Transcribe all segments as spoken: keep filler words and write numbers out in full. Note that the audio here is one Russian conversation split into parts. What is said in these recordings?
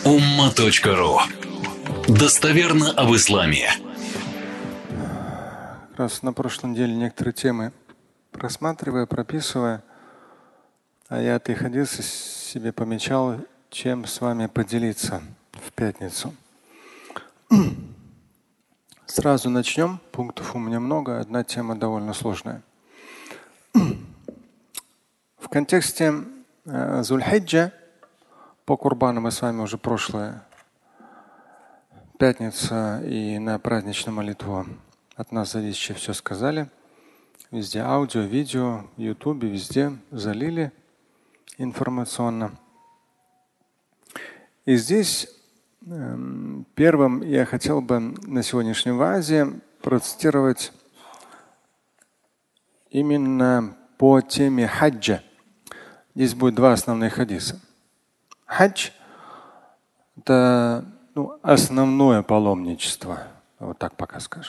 Умма.ру. Достоверно об исламе. Как раз на прошлой неделе некоторые темы просматривая, прописывая, аяты и хадисы себе помечал, чем с вами поделиться в пятницу. Сразу начнем. Пунктов у меня много. Одна тема довольно сложная. В контексте э, Зуль-Хиджа по Курбану мы с вами уже прошлая пятница и на праздничную молитву от нас зависящее все сказали. Везде аудио, видео, в Ютубе, везде залили информационно. И здесь э, первым я хотел бы на сегодняшнем ваазе процитировать именно по теме хаджа. Здесь будет два основных хадиса. Хадж – это ну, основное паломничество, вот так пока скажем.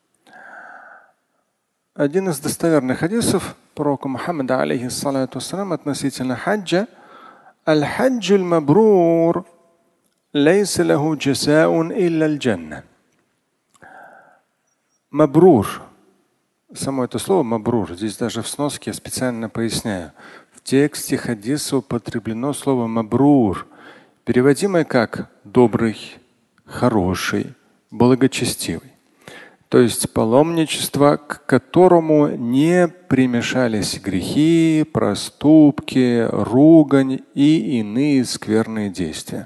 Один из достоверных хадисов пророка Мухаммада алейхиссалату вассалям относительно хаджа: «Аль-хаджу аль-мабрур лейса лаху джазаун илля аль-джанна». Мабрур. Само это слово мабрур, здесь даже в сноске я специально поясняю. В тексте хадиса употреблено слово мабрур, переводимое как добрый, хороший, благочестивый. То есть паломничество, к которому не примешались грехи, проступки, ругань и иные скверные действия.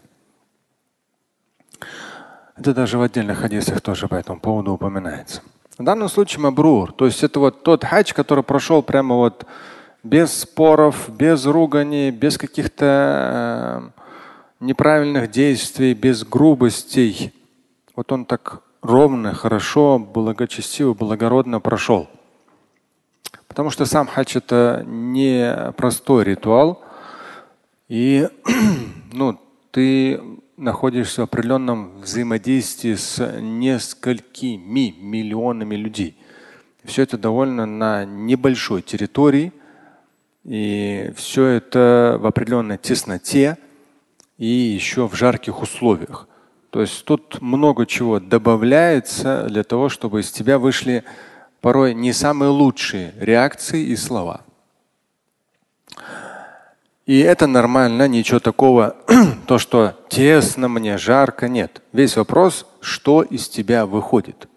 Это даже в отдельных хадисах тоже по этому поводу упоминается. В данном случае мабрур, то есть это вот тот хадж, который прошел прямо вот без споров, без руганий, без каких-то э, неправильных действий, без грубостей. Вот он так ровно, хорошо, благочестиво, благородно прошел. Потому что сам хадж это не простой ритуал. И ну, ты находишься в определенном взаимодействии с несколькими миллионами людей. Все это довольно на небольшой территории. И все это в определенной тесноте и еще в жарких условиях. То есть тут много чего добавляется для того, чтобы из тебя вышли порой не самые лучшие реакции и слова. И это нормально, ничего такого, то, что тесно мне, жарко, нет. Весь вопрос, что из тебя выходит.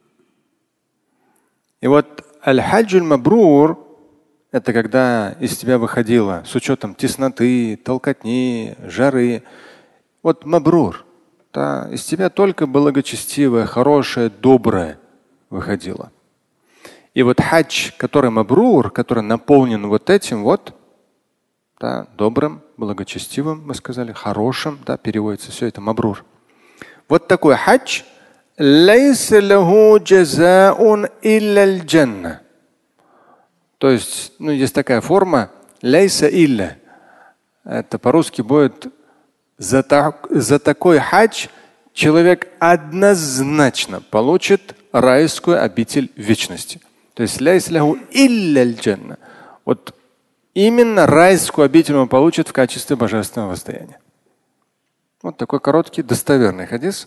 И вот аль-хаджу аль-мабрур – это когда из тебя выходило с учетом тесноты, толкотни, жары. Вот мабрур. Да, из тебя только благочестивое, хорошее, доброе выходило. И вот хадж, который мабрур, который наполнен вот этим вот, да, добрым, благочестивым, мы сказали, хорошим, да, переводится все это мабрур. Вот такой хадж лейса лаху джазаун илля аль-джанна. То есть, ну, есть такая форма лейса илля. Это по-русски будет за, так, за такой хадж человек однозначно получит райскую обитель вечности. То есть лейса лаху илля аль-джанна. Вот именно райскую обитель он получит в качестве божественного воздаяния. Вот такой короткий, достоверный хадис.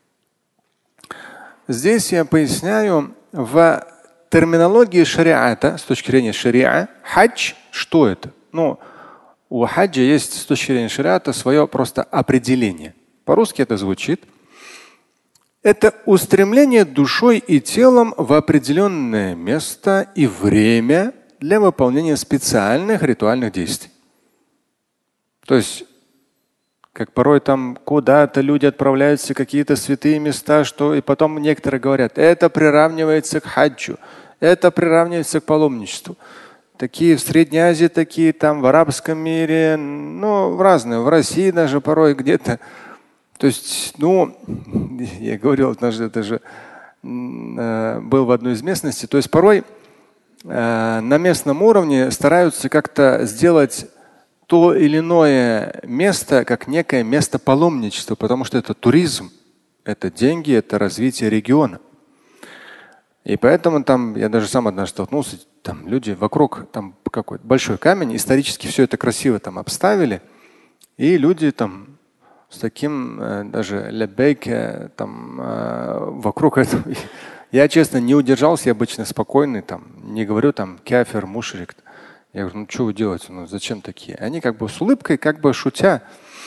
Здесь я поясняю в терминологии шариата, с точки зрения шариа, хадж, что это? Ну, у хаджа есть с точки зрения шариата свое просто определение. По-русски это звучит. Это устремление душой и телом в определенное место и время для выполнения специальных ритуальных действий. То есть, как порой там куда-то люди отправляются в какие-то святые места, что и потом некоторые говорят, это приравнивается к хаджу, это приравнивается к паломничеству. Такие в Средней Азии, такие там в арабском мире, ну, в разные, в России даже порой где-то. То есть, ну, я говорил однажды, даже э, был в одной из местностей. То есть порой э, на местном уровне стараются как-то сделать то или иное место как некое место паломничества, потому что это туризм, это деньги, это развитие региона. И поэтому там, я даже сам однажды столкнулся, там люди вокруг, там какой-то большой камень, исторически все это красиво там обставили, и люди там с таким э, даже ляббейк там э, вокруг этого. Я, честно, не удержался, я обычно спокойный, там, не говорю там кафир, мушрик. Я говорю, ну что вы делаете, ну зачем такие? Они как бы с улыбкой, как бы шутя.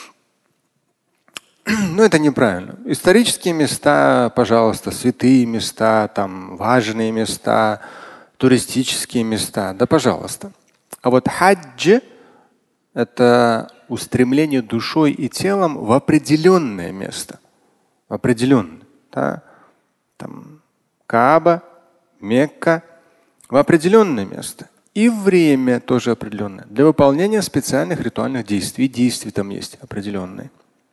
Но это неправильно. Исторические места, пожалуйста, святые места, там, важные места, туристические места, да, пожалуйста. А вот хадж – это устремление душой и телом в определенное место. В определенное. Да? Там, Кааба, Мекка, в определенное место. И время тоже определенное. Для выполнения специальных ритуальных действий. Действия там есть определенные.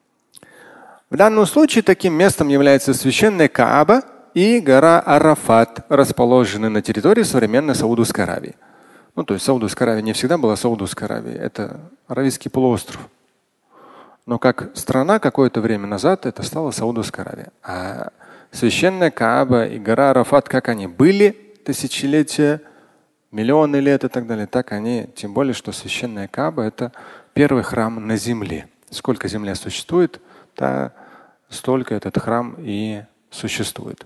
В данном случае таким местом является священная Кааба и гора Арафат, расположенные на территории современной Саудовской Аравии. Ну, то есть Саудовская Аравия не всегда была Саудовской Аравией. Это Аравийский полуостров. Но как страна какое-то время назад это стала Саудовская Аравия. А священная Кааба и гора Арафат, как они были тысячелетия, миллионы лет и так далее, так они, тем более, что священная Кааба – это первый храм на земле. Сколько земля существует, то столько этот храм и существует.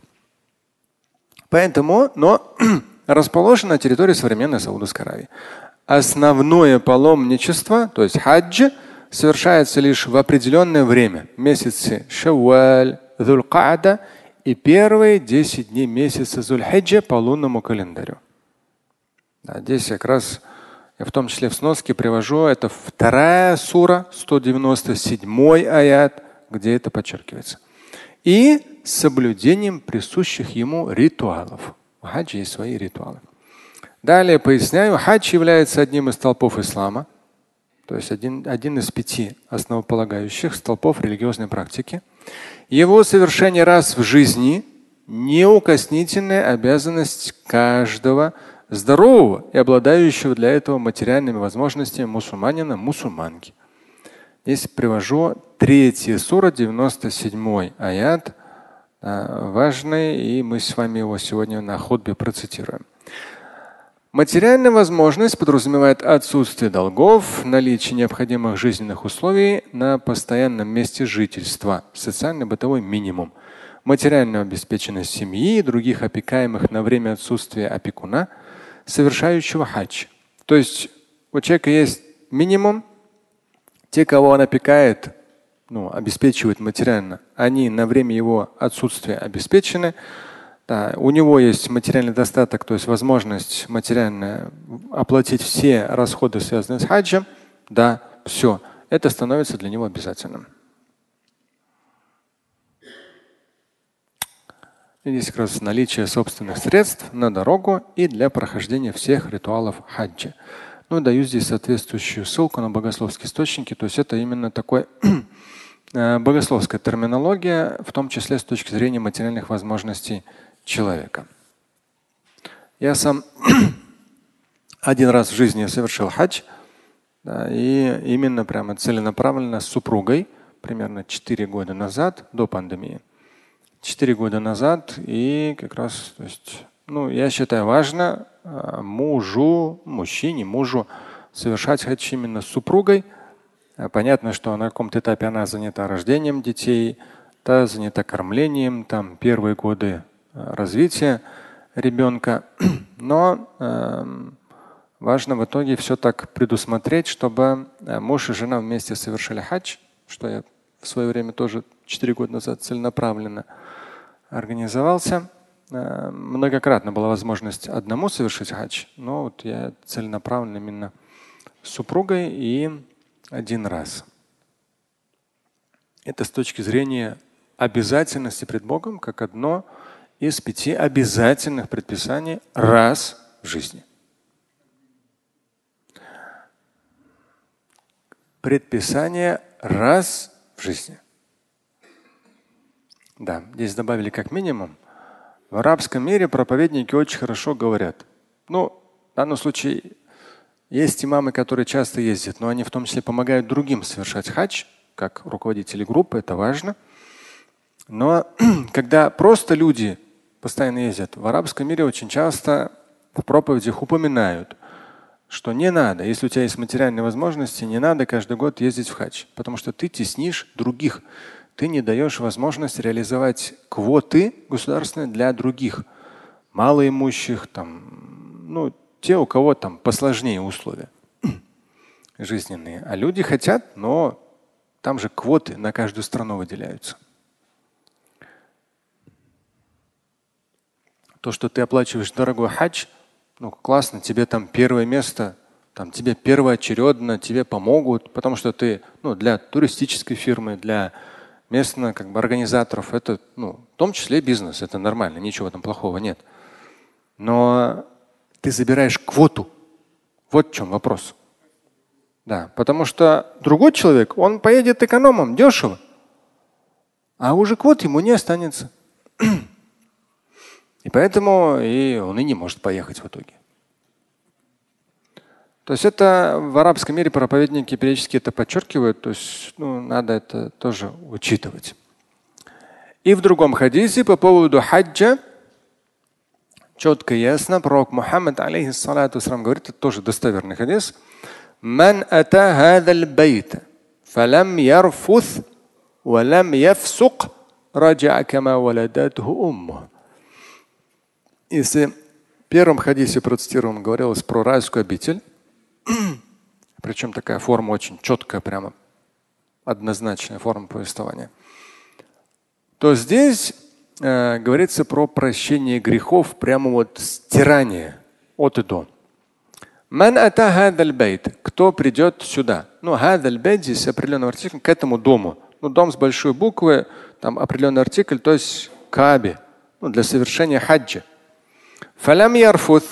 Поэтому, но расположен на территории современной Саудовской Аравии. Основное паломничество, то есть хадж, совершается лишь в определенное время. Месяцы Шавваль, Зуль-Каада и первые десять дней месяца Зуль-Хиджа по лунному календарю. Да, здесь как раз я в том числе в сноске привожу, это вторая сура, сто девяносто седьмой аят, где это подчеркивается. И с соблюдением присущих ему ритуалов. У хаджа есть свои ритуалы. Далее поясняю, хадж является одним из столпов ислама, то есть один, один из пяти основополагающих столпов религиозной практики. Его совершение раз в жизни – неукоснительная обязанность каждого здорового и обладающего для этого материальными возможностями мусульманина, мусульманки. Здесь привожу третья сура, девяносто седьмой аят, важный, и мы с вами его сегодня на хутбе процитируем. Материальная возможность подразумевает отсутствие долгов, наличие необходимых жизненных условий на постоянном месте жительства, социально-бытовой минимум, материальную обеспеченность семьи и других опекаемых на время отсутствия опекуна, совершающего хадж. То есть у человека есть минимум, те, кого он опекает, ну, обеспечивает материально, они на время его отсутствия обеспечены. Да, у него есть материальный достаток, то есть возможность материально оплатить все расходы, связанные с хаджем. Да, все. Это становится для него обязательным. И здесь как раз наличие собственных средств на дорогу и для прохождения всех ритуалов хаджа. Ну, даю здесь соответствующую ссылку на богословские источники. То есть это именно такой богословская терминология, в том числе с точки зрения материальных возможностей человека. Я сам один раз в жизни совершил хадж, да, и именно прямо целенаправленно с супругой примерно четыре года назад, до пандемии. Четыре года назад, и как раз, то есть, ну, я считаю, важно мужу, мужчине, мужу совершать хадж именно с супругой. Понятно, что на каком-то этапе она занята рождением детей, та занята кормлением, там первые годы развития ребенка. Но э, важно в итоге все так предусмотреть, чтобы муж и жена вместе совершили хадж, что я в свое время тоже четыре года назад целенаправленно организовался. Э, многократно была возможность одному совершить хадж, но вот я целенаправленно именно с супругой и один раз. Это с точки зрения обязательности пред Богом, как одно из пяти обязательных предписаний раз в жизни. Предписание раз в жизни. Да, здесь добавили как минимум. В арабском мире проповедники очень хорошо говорят. Ну, в данном случае есть имамы, которые часто ездят, но они в том числе помогают другим совершать хадж, как руководители группы, это важно. Но когда просто люди постоянно ездят, в арабском мире очень часто в проповедях упоминают, что не надо, если у тебя есть материальные возможности, не надо каждый год ездить в хадж, потому что ты теснишь других. Ты не даешь возможность реализовать квоты государственные для других, малоимущих, там, ну, те, у кого там посложнее условия жизненные. А люди хотят, но там же квоты на каждую страну выделяются. То, что ты оплачиваешь дорогой хадж, ну классно, тебе там первое место, там тебе первоочередно, тебе помогут, потому что ты, ну, для туристической фирмы, для местных как бы организаторов, это, ну, в том числе бизнес, это нормально, ничего там плохого нет. Но ты забираешь квоту. Вот в чем вопрос. Да, потому что другой человек, он поедет экономом, дешево, а уже квот ему не останется. И поэтому и он и не может поехать в итоге. То есть это в арабском мире проповедники периодически это подчеркивают, то есть, ну, надо это тоже учитывать. И в другом хадисе по поводу хаджа четко и ясно пророк Мухаммад алейхиссалату вассалам говорит, это тоже достоверный хадис: «Ман ата хадаль байта, фалам ярфуth, валам яфсук, раджа кама валадатху умму». Если в первом хадисе процитированном говорилось про райскую обитель, причем такая форма очень четкая, прямо однозначная форма повествования, то здесь э, говорится про прощение грехов, прямо вот стирание от и до. Ман ата хадаль байт, кто придет сюда? Ну, хадаль байт здесь определенный артикль к этому дому. Ну, дом с большой буквы, там определенный артикль, то есть Каабе, ну, для совершения хаджа. Фалям ярфут.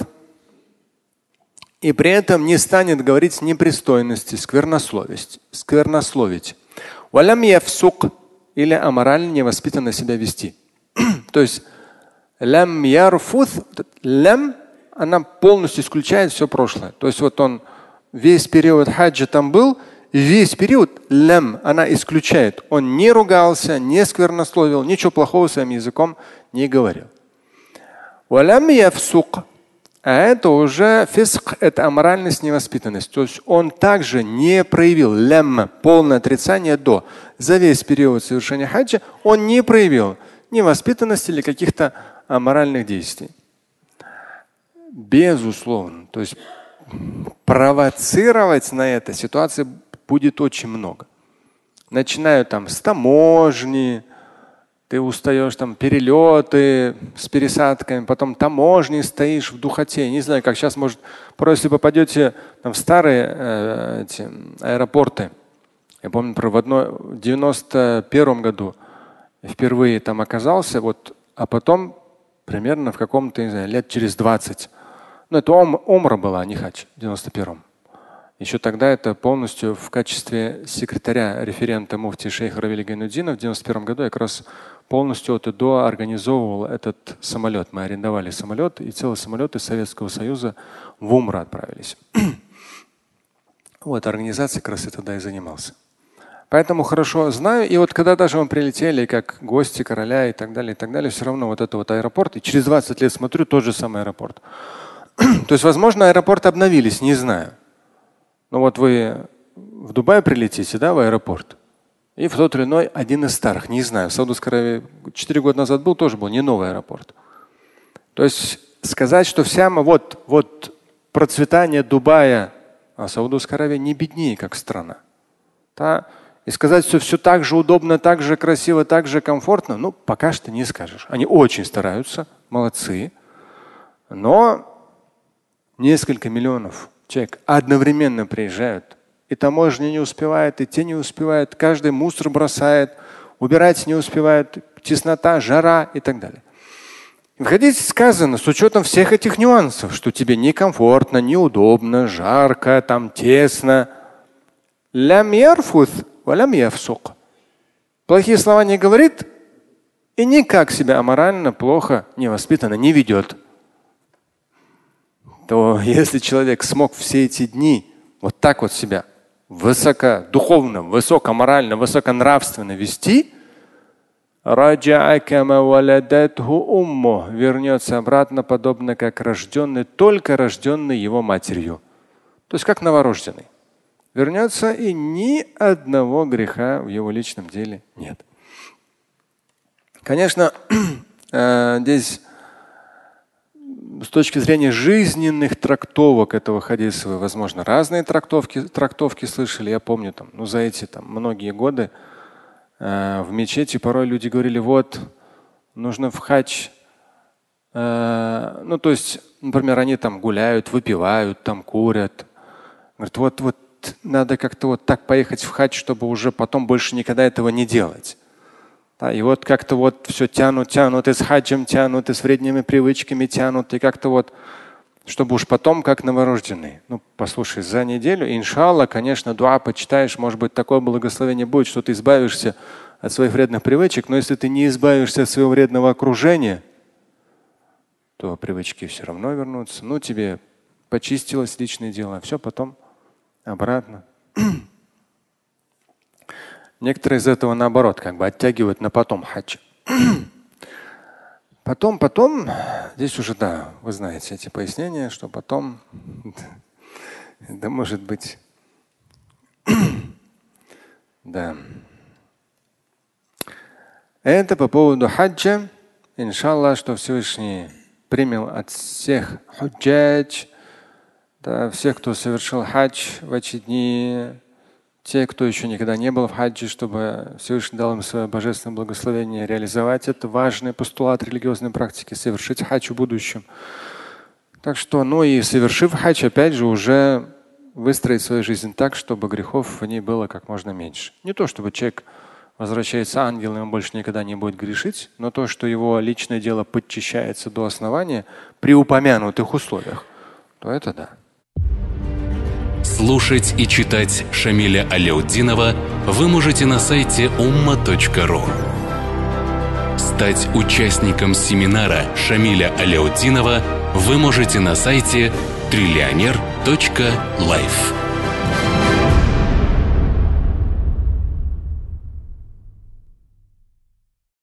И при этом не станет говорить непристойности, сквернословить. сквернословить. Валям яфсук, или аморально невоспитанно себя вести. То есть лям ярфут, лям, она полностью исключает все прошлое. То есть вот он весь период хаджа там был, и весь период лям она исключает. Он не ругался, не сквернословил, ничего плохого своим языком не говорил. Валям яфсук. А это уже фиск, это аморальность, невоспитанность. То есть он также не проявил лям, полное отрицание до. За весь период совершения хаджа он не проявил невоспитанности или каких-то аморальных действий. Безусловно. То есть провоцировать на это ситуации будет очень много. Начиная там с таможни, ты устаешь, там перелеты с пересадками, потом таможни стоишь в духоте. Не знаю, как сейчас, может, просто если попадете там, в старые э, эти аэропорты. Я помню, в одной, в девяносто первом году впервые там оказался, вот, а потом примерно в каком-то, не знаю, лет через двадцать. Ну, это ом, Омра была, а не хадж в девяносто первом. Еще тогда это полностью в качестве секретаря референта муфти шейха Равиля Гайнуддина в девяносто первом году я как раз полностью от и до организовывал этот самолет. Мы арендовали самолет, и целый самолет из Советского Союза в Умру отправились. Вот, организацией как раз я тогда и занимался. Поэтому хорошо знаю. И вот когда даже мы прилетели как гости короля и так далее, и так далее, все равно вот это вот аэропорт. И через двадцать лет смотрю, тот же самый аэропорт. То есть, возможно, аэропорты обновились, не знаю. Но вот вы в Дубай прилетите, да, в аэропорт, и в тот или иной один из старых, не знаю, в Саудовской Аравии четыре года назад был, тоже был не новый аэропорт. То есть сказать, что вся вот, вот процветание Дубая, а Саудовская Аравия не беднее, как страна. Да? И сказать, что все так же удобно, так же красиво, так же комфортно, ну, пока что не скажешь. Они очень стараются, молодцы, но несколько миллионов человек одновременно приезжают, и таможня не успевает, и те не успевают, каждый мусор бросает, убирать не успевают, теснота, жара и так далее. В хадисе сказано, с учетом всех этих нюансов, что тебе некомфортно, неудобно, жарко, там тесно. Лям ярфут, валям яфсук. Плохие слова не говорит и никак себя аморально, плохо, невоспитанно не ведет. То если человек смог все эти дни вот так вот себя высокодуховно, высокоморально, высоконравственно вести, вернется обратно, подобно как рожденный, только рожденный его матерью. То есть как новорожденный. Вернется, и ни одного греха в его личном деле нет. Конечно, здесь с точки зрения жизненных трактовок этого хадиса вы, возможно, разные трактовки, трактовки слышали. Я помню, там, ну, за эти там, многие годы э, в мечети порой люди говорили, вот, нужно в хадж, э, ну, то есть, например, они там гуляют, выпивают, там курят. Говорят, вот, вот надо как-то вот так поехать в хадж, чтобы уже потом больше никогда этого не делать. Да, и вот как-то вот все тянут, тянут, и с хаджем тянут, и с вредными привычками тянут, и как-то вот, чтобы уж потом как новорожденный. Ну, послушай, за неделю, иншаллах, конечно, дуа почитаешь, может быть, такое благословение будет, что ты избавишься от своих вредных привычек, но если ты не избавишься от своего вредного окружения, то привычки все равно вернутся. Ну, тебе почистилось личное дело, а все потом обратно. Некоторые из этого наоборот, как бы оттягивают на потом хадж. Потом, потом, здесь уже, да, вы знаете эти пояснения, что потом, да, может быть, да. Это по поводу хаджа. Иншаллах, что Всевышний принял от всех худжадж, да, всех, кто совершил хадж в эти дни, те, кто еще никогда не был в хаджи, чтобы Всевышний дал им свое божественное благословение реализовать это важный постулат религиозной практики, совершить хадж в будущем. Так что, ну и совершив хадж, опять же, уже выстроить свою жизнь так, чтобы грехов в ней было как можно меньше. Не то, чтобы человек возвращается ангелом, и он больше никогда не будет грешить, но то, что его личное дело подчищается до основания при упомянутых условиях, то это да. Слушать и читать Шамиля Аляутдинова вы можете на сайте умма точка ру. Стать участником семинара Шамиля Аляутдинова вы можете на сайте триллионер точка лайф.